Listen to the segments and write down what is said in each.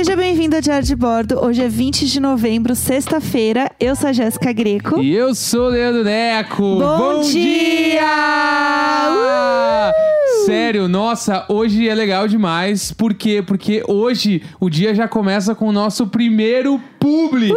Seja bem-vindo ao Diário de Bordo. Hoje é 20 de novembro, sexta-feira. Eu sou a Jéssica Greco. E eu sou o Leandro Neco. Bom dia! Sério, nossa, hoje é legal demais. Por quê? Porque hoje o dia já começa com o nosso primeiro publi.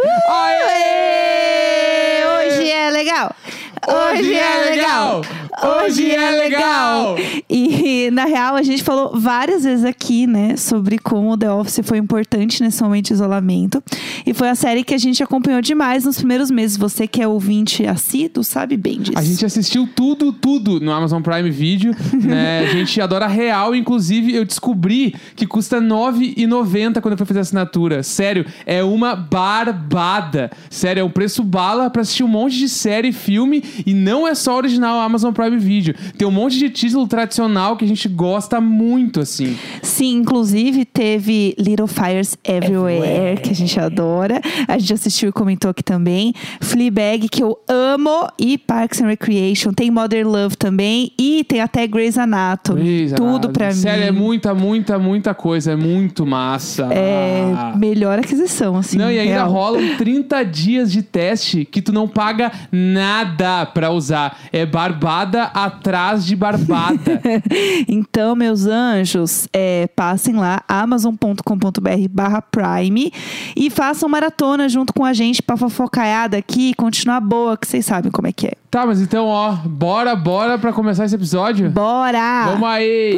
Aê! Hoje é legal! Hoje é legal! Hoje é legal! E, na real, a gente falou várias vezes aqui, né, sobre como The Office foi importante nesse momento de isolamento. E foi a série que a gente acompanhou demais nos primeiros meses. Você que é ouvinte assíduo sabe bem disso. A gente assistiu tudo no Amazon Prime Video, né? A gente adora real. Inclusive, eu descobri que custa R$ 9,90 quando eu fui fazer a assinatura. Sério, é uma barbada. Sério, é um preço bala pra assistir um monte de série e filme. E não é só original Amazon Prime Video. Tem um monte de título tradicional que a gente gosta muito, assim. Sim, inclusive teve Little Fires Everywhere, que a gente adora. A gente assistiu e comentou aqui também. Fleabag, que eu amo. E Parks and Recreation. Tem Modern Love também. E tem até Grey's Anatomy. Tudo pra mim. Sério, é muita coisa. É muito massa. É melhor aquisição, assim. Não, e ainda real. rolam 30 dias de teste que tu não paga nada pra usar. É barbada atrás de barbada. Então, meus anjos, passem lá, amazon.com.br/prime e façam maratona junto com a gente pra fofocaiada aqui e continuar boa, que vocês sabem como é que é. Tá, mas então, ó, bora pra começar esse episódio? Bora! Vamos aí!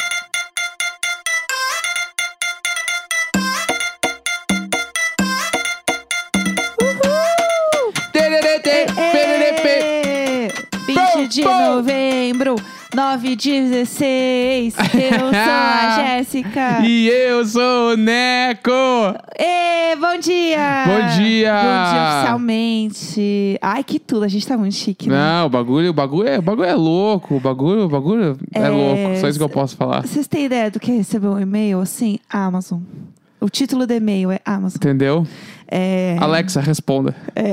Ê, 20 de novembro, 9/16. Eu sou a Jéssica. E eu sou o Neco! Bom dia! Bom dia! Bom dia oficialmente. Ai, que tudo, a gente tá muito chique, né? Não, o bagulho é louco. O bagulho é louco. Só isso que eu posso falar. Vocês têm ideia do que é receber um e-mail assim? Amazon. O título do e-mail é Amazon. Entendeu? Alexa, responda.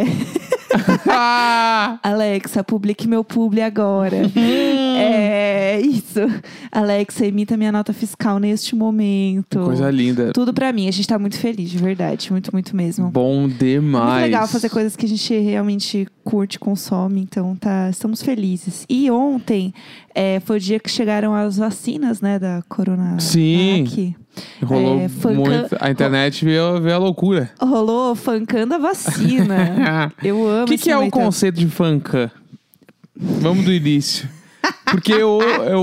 Alexa, publique meu publi agora. Isso. Alexa, emita minha nota fiscal neste momento. Coisa linda. Tudo pra mim. A gente tá muito feliz, de verdade. Muito, muito mesmo. Bom demais. Muito legal fazer coisas que a gente realmente curte, consome. Então, estamos felizes. E ontem foi o dia que chegaram as vacinas, né, da Corona. Sim. Rolou muito. A internet veio a loucura. Rolou fancando a vacina. Eu amo O que é o conceito de fancam? Vamos do início. Porque eu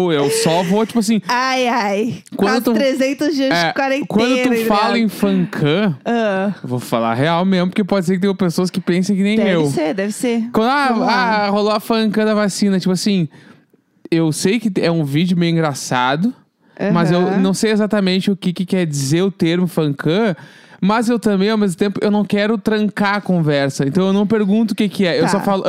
só vou, tipo assim... Ai. Quase 300 dias de quarentena. Quando tu fala em fancam, eu vou falar real mesmo, porque pode ser que tenha pessoas que pensem que nem eu. Deve ser. Quando, rolou a fancam da vacina. Tipo assim, eu sei que é um vídeo meio engraçado, mas eu não sei exatamente o que quer dizer o termo fancam. Mas eu também, ao mesmo tempo, eu não quero trancar a conversa. Então eu não pergunto o que é. Eu só falo,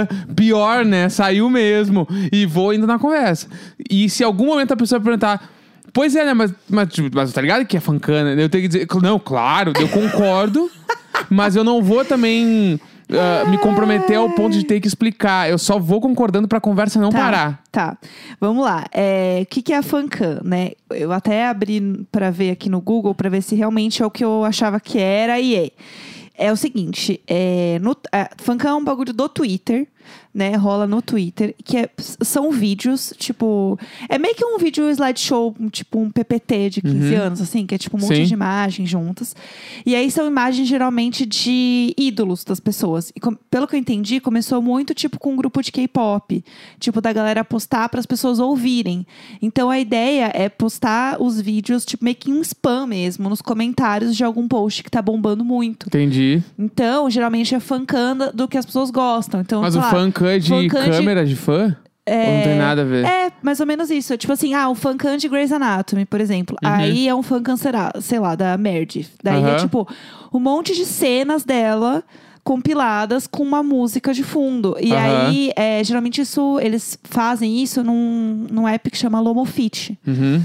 pior, né? Saiu mesmo. E vou indo na conversa. E se em algum momento a pessoa perguntar, pois é, né? Mas tá ligado que é fancam, né? Eu tenho que dizer, não, claro, eu concordo. Mas eu não vou também me comprometer ao ponto de ter que explicar. Eu só vou concordando pra conversa não parar. Tá, vamos lá. O que é a fancam, né? Eu até abri pra ver aqui no Google pra ver se realmente é o que eu achava que era e é. É o seguinte, fancam é um bagulho do Twitter, né? Rola no Twitter, que são vídeos, tipo... É meio que um vídeo slideshow, tipo um PPT de 15 anos, assim, que é tipo um monte de imagens juntas. E aí são imagens geralmente de ídolos das pessoas. E pelo que eu entendi, começou muito tipo com um grupo de K-pop. Tipo, da galera postar para as pessoas ouvirem. Então a ideia é postar os vídeos, tipo, meio que em spam mesmo, nos comentários de algum post que tá bombando muito. Entendi. Então, geralmente é fancam do que as pessoas gostam. Então, mas o fancam é de câmera de fã? Ou não tem nada a ver? É, mais ou menos isso. Tipo assim, o fancam de Grey's Anatomy, por exemplo. Aí é um fancam, sei lá, da Meredith. Daí é tipo um monte de cenas dela compiladas com uma música de fundo. E aí, geralmente eles fazem isso num app que chama Lomofit.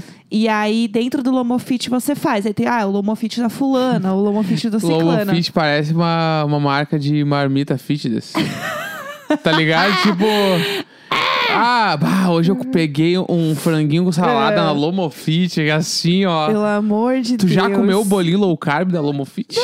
E aí, dentro do Lomofit, você faz. Aí tem, o Lomofit da fulana, o Lomofit da ciclana. Lomofit parece uma marca de marmita fitness. Tá ligado? Tipo... Hoje eu peguei um franguinho com salada na Lomofit, assim, ó. Pelo amor de Deus. Tu já comeu o bolinho low carb da Lomofit?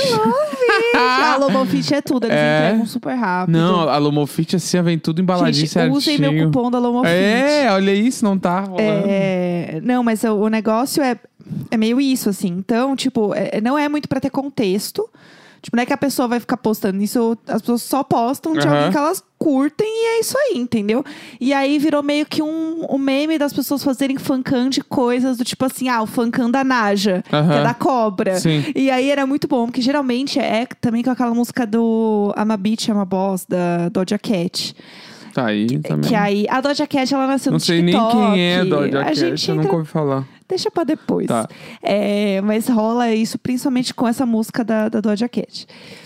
A Lomofit é tudo, eles entregam super rápido. Não, a Lomofit assim vem tudo embaladinho certinho. Usem meu cupom da Lomofit. Olha isso, não tá rolando. Não, mas o negócio é meio isso, assim. Então, tipo, não é muito pra ter contexto. Tipo, não é que a pessoa vai ficar postando isso, as pessoas só postam de alguém que elas curtem e é isso aí, entendeu? E aí virou meio que um meme das pessoas fazerem fancam de coisas do tipo assim, o fancam da Naja, que é da cobra. Sim. E aí era muito bom, porque geralmente é também com aquela música do I'm a Bitch, I'm a Boss, da Doja Cat. Tá aí também. Que aí, a Doja Cat, ela nasceu no TikTok. Não sei nem quem é a Doja Cat, eu nunca ouvi falar. Deixa pra depois. Tá. Mas rola isso principalmente com essa música da Doja Cat.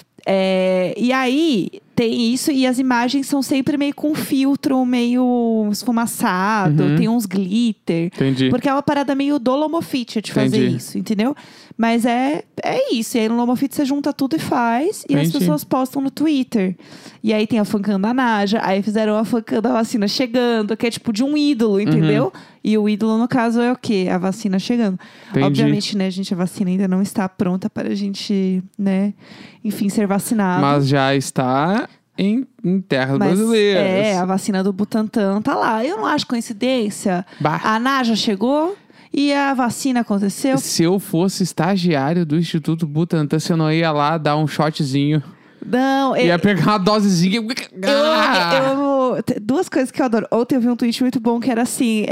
E aí, tem isso. E as imagens são sempre meio com filtro, meio esfumaçado. Tem uns glitter. Entendi. Porque é uma parada meio do Lomofit de fazer isso, entendeu? Mas é isso. E aí no Lomofit você junta tudo e faz. E as pessoas postam no Twitter. E aí tem a fancam da Naja. Aí fizeram a fancam da vacina chegando. Que é tipo de um ídolo, entendeu? E o ídolo, no caso, é o quê? A vacina chegando. Entendi. Obviamente, né, gente, a vacina ainda não está pronta para a gente, né, enfim, ser vacinado. Mas já está em terras brasileiras. A vacina do Butantan tá lá. Eu não acho coincidência. A Naja chegou e a vacina aconteceu. Se eu fosse estagiário do Instituto Butantan, você não ia lá dar um shotzinho? Não, ia pegar uma dosezinha. Eu amo. Duas coisas que eu adoro. Ontem eu vi um tweet muito bom que era assim: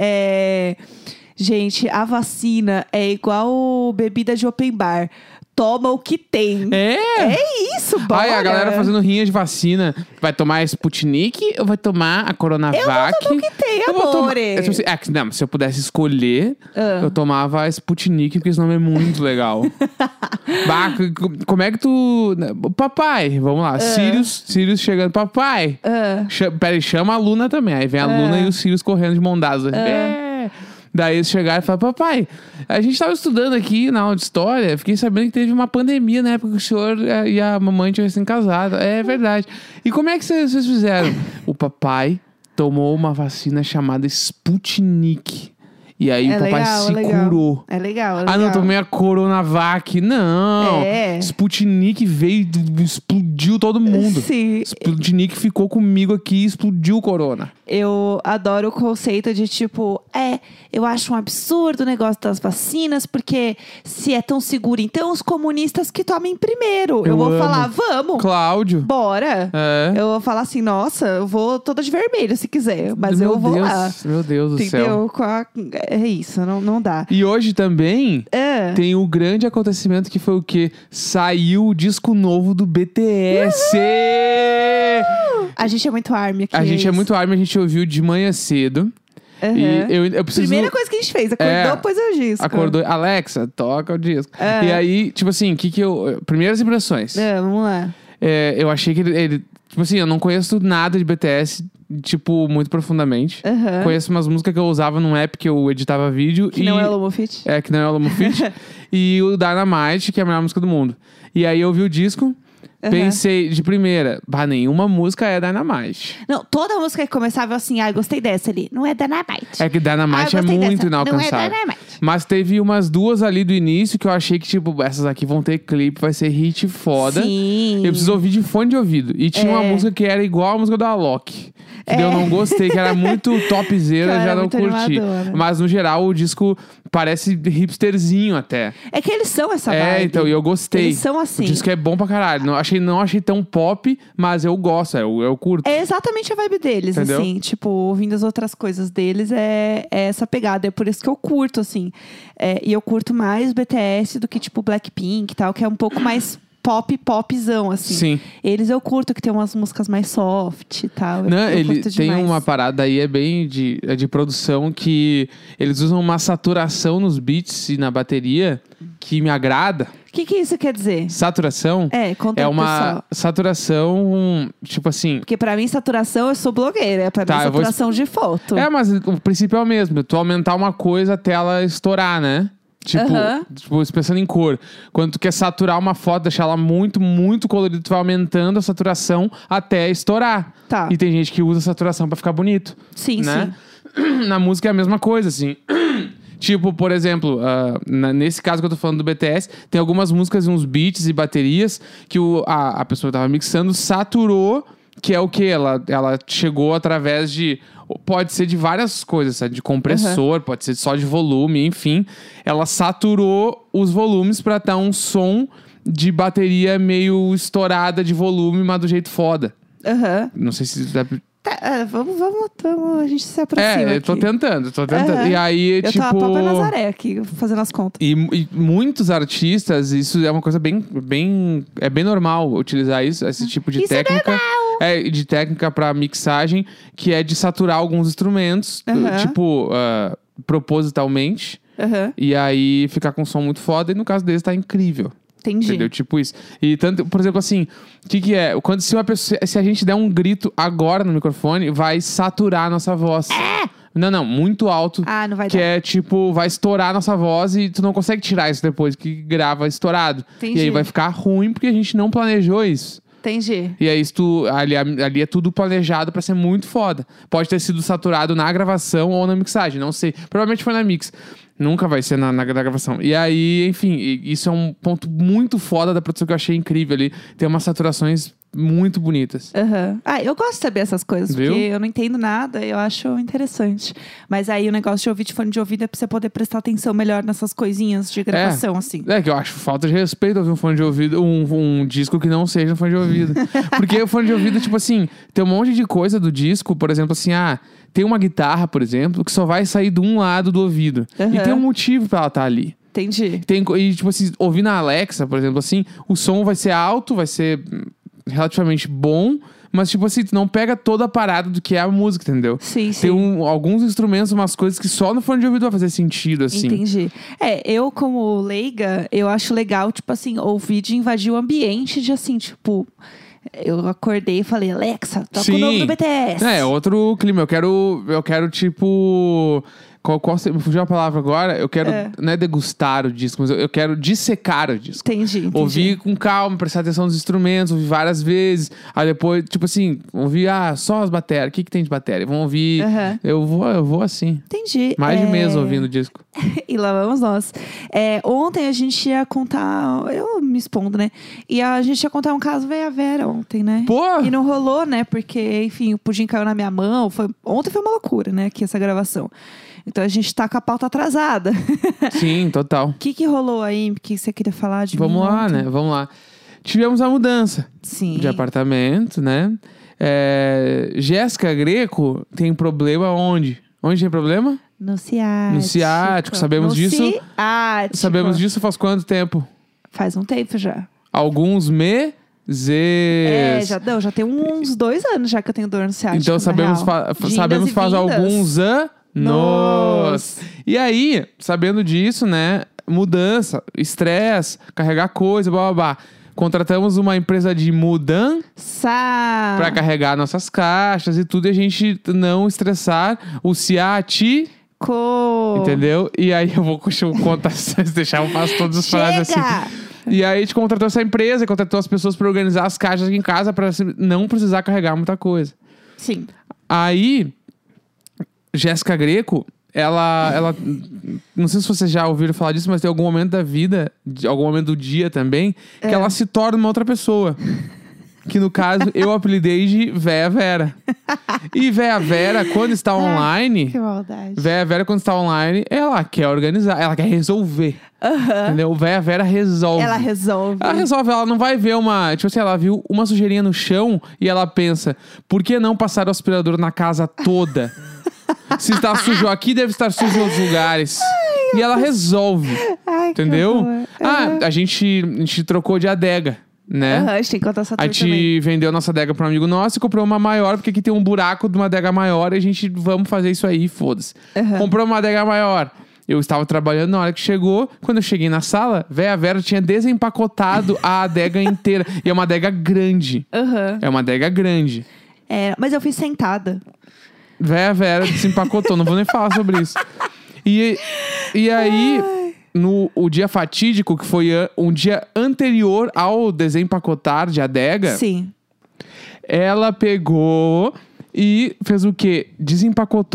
gente, a vacina é igual bebida de open bar. Toma o que tem. É isso, bora. A galera fazendo rinha de vacina. Vai tomar a Sputnik ou vai tomar a Coronavac? Eu vou tomar o que tem, amor. Se eu pudesse escolher, eu tomava a Sputnik, porque esse nome é muito legal. Como é que tu... Papai, vamos lá. Sirius chegando. Papai. Peraí, chama a Luna também. Aí vem a Luna e o Sirius correndo de mão dadas. Daí eles chegaram e falaram: papai, a gente tava estudando aqui na aula de história, fiquei sabendo que teve uma pandemia na época que o senhor e a mamãe tinham recém casado. É verdade. E como é que vocês fizeram? O papai tomou uma vacina chamada Sputnik. E aí o papai se curou. É legal. Não, tomei a Coronavac. Não. Sputnik veio, explodiu todo mundo. Sim. Sputnik ficou comigo aqui e explodiu o corona. Eu adoro o conceito de tipo, eu acho um absurdo o negócio das vacinas, porque se é tão seguro, então os comunistas que tomem primeiro. Eu vou falar, vamos. Cláudio. Bora. Eu vou falar assim, nossa, eu vou toda de vermelho se quiser, mas eu vou lá. Meu Deus do céu. É isso, não dá. E hoje também tem o grande acontecimento que foi o quê? Saiu o disco novo do BTS! A gente é muito ARMY aqui. A gente é muito ARMY, a gente ouviu de manhã cedo. E eu preciso... Primeira coisa que a gente fez, acordou, pôs o disco. Acordou, Alexa, toca o disco. E aí, tipo assim, primeiras impressões. Vamos lá. Eu achei que ele... Tipo assim, eu não conheço nada de BTS, tipo, muito profundamente. Conheço umas músicas que eu usava num app que eu editava vídeo. Que não é o Lomofit. Que não é o Lomofit. E o Dynamite, que é a melhor música do mundo. E aí eu ouvi o disco, pensei de primeira, nenhuma música é Dynamite. Não, toda música que começava assim, gostei dessa ali. Não é Dynamite. É que Dynamite é muito inalcançável. Não é Dynamite. Mas teve umas duas ali do início que eu achei que, tipo, essas aqui vão ter clipe, vai ser hit foda. Sim. Eu preciso ouvir de fone de ouvido. E tinha uma música que era igual a música do Alok. Que eu não gostei, que era muito topzera, já não curti. Animadora. Mas no geral o disco parece hipsterzinho até. É que eles são essa vibe. Então, e eu gostei. Eles são assim. O disco é bom pra caralho. Não achei tão pop, mas eu gosto, eu curto. É exatamente a vibe deles, entendeu? Assim. Tipo, ouvindo as outras coisas deles, é essa pegada. É por isso que eu curto, assim. E eu curto mais BTS do que, tipo, Blackpink e tal, que é um pouco mais popzão, assim. Sim. Eles eu curto, que tem umas músicas mais soft e tal. Ele tem uma parada aí, bem de produção, que eles usam uma saturação nos beats e na bateria que me agrada. O que isso quer dizer? Saturação? Conta é pro uma pessoal. Saturação, tipo assim... Porque pra mim, saturação, eu sou blogueira. Pra mim, saturação de foto. Mas o princípio é o mesmo. Tu aumentar uma coisa até ela estourar, né? Tipo, pensando em cor. Quando tu quer saturar uma foto, deixar ela muito, muito colorida, tu vai aumentando a saturação até estourar. Tá. E tem gente que usa a saturação pra ficar bonito. Sim, né? sim. na música é a mesma coisa, assim. Tipo, por exemplo, nesse caso que eu tô falando do BTS, tem algumas músicas, uns beats e baterias que a pessoa que tava mixando saturou, que é o quê? Ela chegou através de... Pode ser de várias coisas, sabe? De compressor, pode ser só de volume, enfim. Ela saturou os volumes pra dar um som de bateria meio estourada de volume, mas do jeito foda. Não sei se... Tá, vamos, a gente se aproxima eu tô aqui. tentando. E aí, eu tipo... tô a própria Nazaré aqui, fazendo as contas. E muitos artistas, isso é uma coisa bem... É bem normal utilizar esse tipo de técnica. De técnica pra mixagem, que é de saturar alguns instrumentos, tipo, propositalmente. E aí ficar com um som muito foda, e no caso deles tá incrível. Entendi. Entendeu? Tipo isso. E tanto, por exemplo, assim, o que é? Se a gente der um grito agora no microfone, vai saturar a nossa voz. Não, muito alto. Não vai que dar. é tipo, vai estourar a nossa voz e tu não consegue tirar isso depois que grava estourado. Entendi. E aí vai ficar ruim porque a gente não planejou isso. Entendi. E aí ali é tudo planejado pra ser muito foda. Pode ter sido saturado na gravação ou na mixagem, não sei. Provavelmente foi na mix. Nunca vai ser na gravação. E aí, enfim, isso é um ponto muito foda da produção que eu achei incrível ali. Tem umas saturações muito bonitas. Eu gosto de saber essas coisas, Viu? porque eu não entendo nada, eu acho interessante. Mas aí o negócio de ouvir de fone de ouvido é pra você poder prestar atenção melhor nessas coisinhas de gravação, assim. É que eu acho falta de respeito ouvir um fone de ouvido, um disco que não seja um fone de ouvido. Porque o fone de ouvido, tipo assim, tem um monte de coisa do disco, por exemplo, assim, tem uma guitarra, por exemplo, que só vai sair de um lado do ouvido. E tem um motivo pra ela estar ali. Entendi. E, tipo assim, ouvir na Alexa, por exemplo, assim, o som vai ser alto, vai ser relativamente bom, mas, tipo assim, tu não pega toda a parada do que é a música, entendeu? Sim. Tem alguns instrumentos, umas coisas que só no fone de ouvido vai fazer sentido, assim. Entendi. Eu, como leiga, eu acho legal, tipo assim, ouvir de invadir o ambiente de, assim, tipo... Eu acordei e falei, Alexa, toca o novo do BTS. Outro clima. Eu quero tipo... Me fugiu a palavra agora. Eu quero, não é degustar o disco, mas eu quero dissecar o disco. Entendi. Ouvir com calma, prestar atenção nos instrumentos, ouvir várias vezes. Aí depois, tipo assim, ouvir, só as baterias. O que tem de bateria? Vamos ouvir. Eu vou assim. Entendi. Mais de mês ouvindo o disco. E lá vamos nós. Ontem a gente ia contar... Eu me expondo, né? E a gente ia contar um caso veio a Vera ontem, né? Pô! E não rolou, né? Porque, enfim, o pudim caiu na minha mão. Ontem foi uma loucura, né? Aqui essa gravação. Então a gente tá com a pauta atrasada. Sim, total. O que rolou aí que você queria falar de Vamos lá, ontem? né? Vamos lá. Tivemos a mudança de apartamento, né? Jéssica Greco tem problema onde? Onde tem problema? No ciático. No ciático. Sabemos disso. Ciático. Sabemos disso faz quanto tempo? Faz um tempo já. Alguns meses. Já tem uns 2 anos já que eu tenho dor no ciático. Então sabemos faz alguns anos. E aí, sabendo disso, né? Mudança, estresse, carregar coisa, blá blá blá. Contratamos uma empresa de mudança pra carregar nossas caixas e tudo, e a gente não estressar o ciático. Entendeu? E aí eu vou contar, deixar eu faço todas as frases assim. E aí a gente contratou essa empresa, contratou as pessoas pra organizar as caixas aqui em casa pra não precisar carregar muita coisa. Sim. Aí, Jéssica Greco, ela não sei se vocês já ouviram falar disso, mas tem algum momento da vida, algum momento do dia também, que ela se torna uma outra pessoa. Que no caso, eu apelidei de Véia Vera. E Véia Vera, quando está online... Que maldade. Véia Vera, quando está online, ela quer organizar, ela quer resolver. Entendeu? Véia Vera resolve. Ela resolve. Ela não vai ver uma... Tipo assim, ela viu uma sujeirinha no chão e ela pensa, por que não passar o aspirador na casa toda? Se está sujo aqui, deve estar sujo em outros lugares. E ela resolve. Entendeu? A gente trocou de adega. Né? A gente tem que contar essa A gente vendeu nossa adega pra um amigo nosso e comprou uma maior, porque aqui tem um buraco de uma adega maior e a gente, vamos fazer isso aí, foda-se. Comprou uma adega maior. Eu estava trabalhando na hora que chegou. Quando eu cheguei na sala, a Vera tinha desempacotado a adega inteira. E é uma adega grande. É uma adega grande. Mas eu fiz sentada. A Vera desempacotou, não vou nem falar sobre isso. E aí... O dia fatídico, que foi um dia anterior ao desempacotar de adega. Sim. Ela pegou e fez o quê? Desempacotou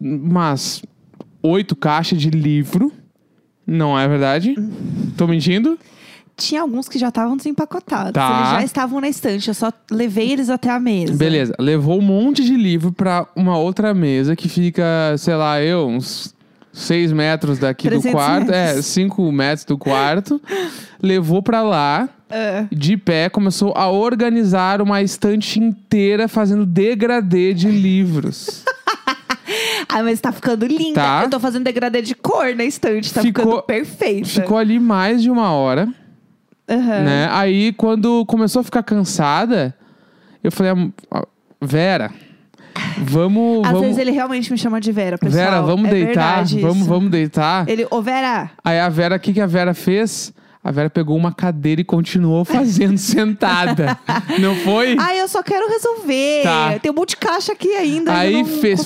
umas 8 caixas de livro. Não é verdade? Tô mentindo? Tinha alguns que já estavam desempacotados. Tá. Eles já estavam na estante. Eu só levei eles até a mesa. Beleza. Levou um monte de livro pra uma outra mesa que fica, sei lá, uns 6 metros daqui do 300 quarto. metros. 5 metros do quarto. Levou pra lá. De pé, começou a organizar uma estante inteira fazendo degradê de livros. Ah, mas tá ficando linda. Tá. Eu tô fazendo degradê de cor na estante. Tá ficando perfeita. Ficou ali mais de 1 hora. Né? Aí, quando começou a ficar cansada, eu falei, Vera, vamos... Às vezes ele realmente me chama de Vera, pessoal. Vera, vamos deitar? Vamos deitar? Ele, Vera... Aí a Vera, o que a Vera fez? A Vera pegou uma cadeira e continuou fazendo sentada. Não foi? Ai, eu só quero resolver. Tá. Tem um monte de caixa aqui ainda. Aí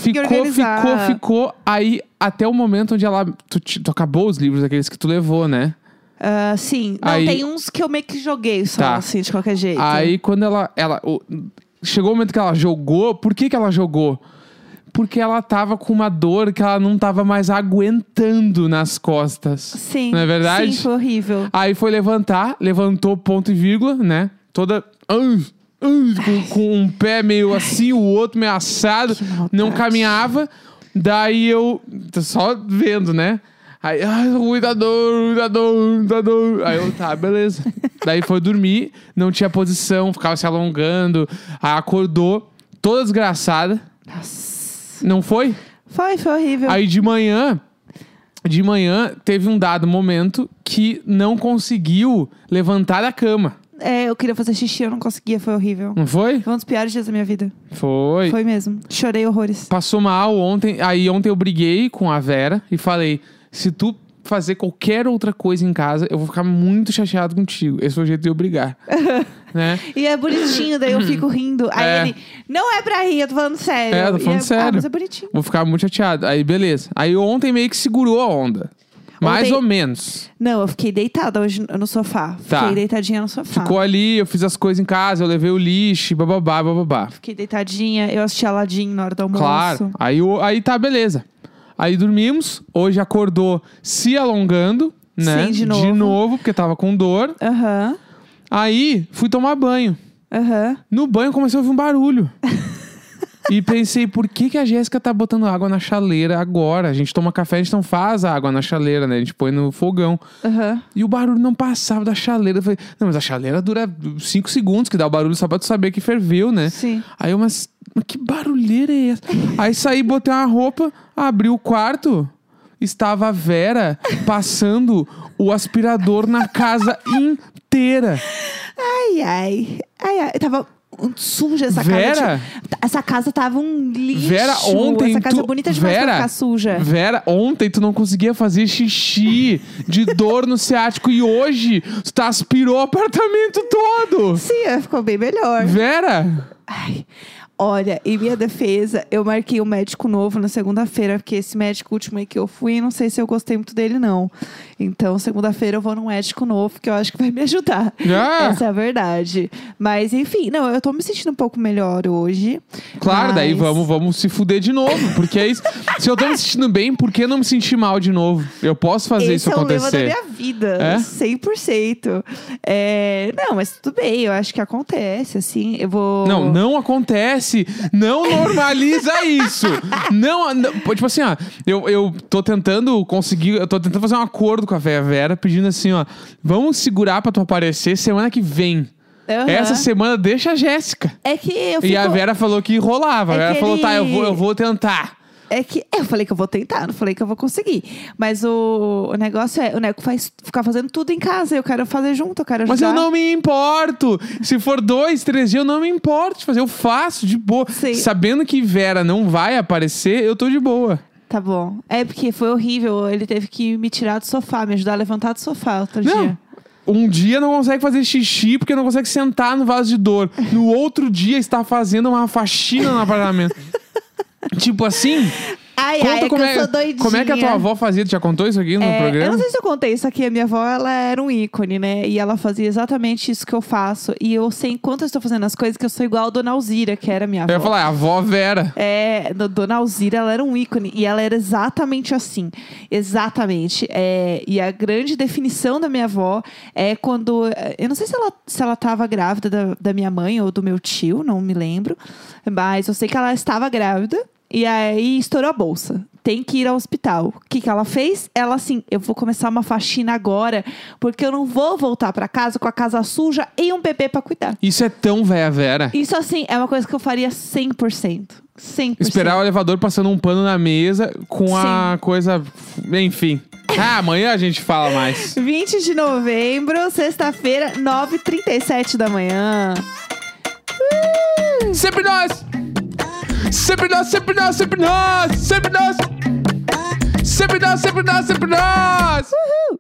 ficou. Aí, até o momento onde tu acabou os livros, aqueles que tu levou, né? Sim. Não, aí, tem uns que eu meio que joguei só, tá. assim, de qualquer jeito. Aí, quando chegou o momento que ela jogou. Por que ela jogou? Porque ela tava com uma dor que ela não tava mais aguentando nas costas. Sim. Não é verdade? Sim, foi horrível. Aí foi levantou ponto e vírgula, né? Toda... com um pé meio assim, o outro meio assado. Não caminhava. Daí eu... Só vendo, né? Aí, muita dor. Aí eu, tá, beleza. Daí foi dormir, não tinha posição, ficava se alongando. Aí acordou, toda desgraçada. Nossa. Não foi? Foi horrível. Aí de manhã, teve um dado momento que não conseguiu levantar da cama. Eu queria fazer xixi, eu não conseguia, foi horrível. Não foi? Foi um dos piores dias da minha vida. Foi. Foi mesmo. Chorei horrores. Passou mal ontem. Aí ontem eu briguei com a Vera e falei, se tu fazer qualquer outra coisa em casa, eu vou ficar muito chateado contigo. Esse foi o jeito de eu brigar. Né? E é bonitinho, daí eu fico rindo. Aí ele, não é pra rir, eu tô falando sério. Eu tô falando sério. Mas é bonitinho. Vou ficar muito chateado. Aí beleza. Aí ontem meio que segurou a onda. Mais ou menos. Não, eu fiquei deitada hoje no sofá. Tá. Fiquei deitadinha no sofá. Ficou ali, eu fiz as coisas em casa, eu levei o lixo, bababá. Fiquei deitadinha, eu assisti Aladdin na hora do almoço. Claro. Aí tá, beleza. Aí dormimos, hoje acordou se alongando, né? Sim, de novo. Porque tava com dor. Aí fui tomar banho. No banho comecei a ouvir um barulho. E pensei, por que a Jéssica tá botando água na chaleira agora? A gente toma café, a gente não faz água na chaleira, né? A gente põe no fogão. E o barulho não passava da chaleira. Eu falei, não, mas a chaleira dura 5 segundos que dá o barulho só pra tu saber que ferveu, né? Sim. Aí eu, mas que barulheira é essa? Aí saí, botei uma roupa, abri o quarto. Estava a Vera passando o aspirador na casa inteira. Ai. Tava suja essa Vera? casa. Essa casa tava um lixo. Vera, ontem essa casa é bonita demais pra ficar suja. Vera, ontem tu não conseguia fazer xixi de dor no ciático e hoje tu aspirou o apartamento todo. Sim, ficou bem melhor. Vera? Ai, olha, em minha defesa, eu marquei um médico novo na segunda-feira, porque esse médico último aí que eu fui, não sei se eu gostei muito dele, não. Então, segunda-feira eu vou num médico novo, que eu acho que vai me ajudar. Essa é a verdade. Mas, enfim, não, eu tô me sentindo um pouco melhor hoje. Claro, daí vamos se fuder de novo. Porque é isso. Se eu tô me sentindo bem, por que não me sentir mal de novo? Eu posso fazer isso acontecer. Esse é o lema da minha vida. 100%. Não, mas tudo bem, eu acho que acontece, assim. Eu vou... Não acontece. Não normaliza isso. Não, tipo assim, ó. Eu tô tentando fazer um acordo com a Vera, pedindo assim, ó. Vamos segurar pra tu aparecer semana que vem. Essa semana deixa a Jéssica. É que eu fico... E a Vera falou que rolava. A Vera falou, tá, eu vou tentar. É que eu falei que eu vou tentar, não falei que eu vou conseguir. Mas o negócio é, o Neco ficar fazendo tudo em casa. Eu quero fazer junto, eu quero ajudar. Mas eu não me importo. Se for 2, 3 dias, eu não me importo de fazer. Eu faço de boa. Sim. Sabendo que Vera não vai aparecer, eu tô de boa. Tá bom. É porque foi horrível. Ele teve que me tirar do sofá, me ajudar a levantar do sofá outro dia. Um dia não consegue fazer xixi porque não consegue sentar no vaso de dor. No outro dia está fazendo uma faxina no apartamento. Tipo assim... Ai, Conta é que eu sou doidinha. Como é que a tua avó fazia? Tu já contou isso aqui no programa? Eu não sei se eu contei isso aqui. A minha avó, ela era um ícone, né? E ela fazia exatamente isso que eu faço. E eu sei, enquanto eu estou fazendo as coisas, que eu sou igual a Dona Alzira, que era minha avó. Eu ia falar, a avó Vera. Dona Alzira, ela era um ícone. E ela era exatamente assim. Exatamente. E a grande definição da minha avó é quando... Eu não sei se ela estava grávida da minha mãe ou do meu tio, não me lembro. Mas eu sei que ela estava grávida. E aí estourou a bolsa. Tem que ir ao hospital. O que ela fez? Ela assim, eu vou começar uma faxina agora, porque eu não vou voltar pra casa com a casa suja e um bebê pra cuidar. Isso é tão véia Vera. Isso assim, é uma coisa que eu faria 100%. 100%. Esperar o elevador passando um pano na mesa com a coisa... Enfim. Amanhã a gente fala mais. 20 de novembro, sexta-feira, 9h37 da manhã. Sempre nós! Sempre nós, sempre nós, sempre nós! Sempre nós! Sempre nós, sempre nós, sempre nós! Uhul!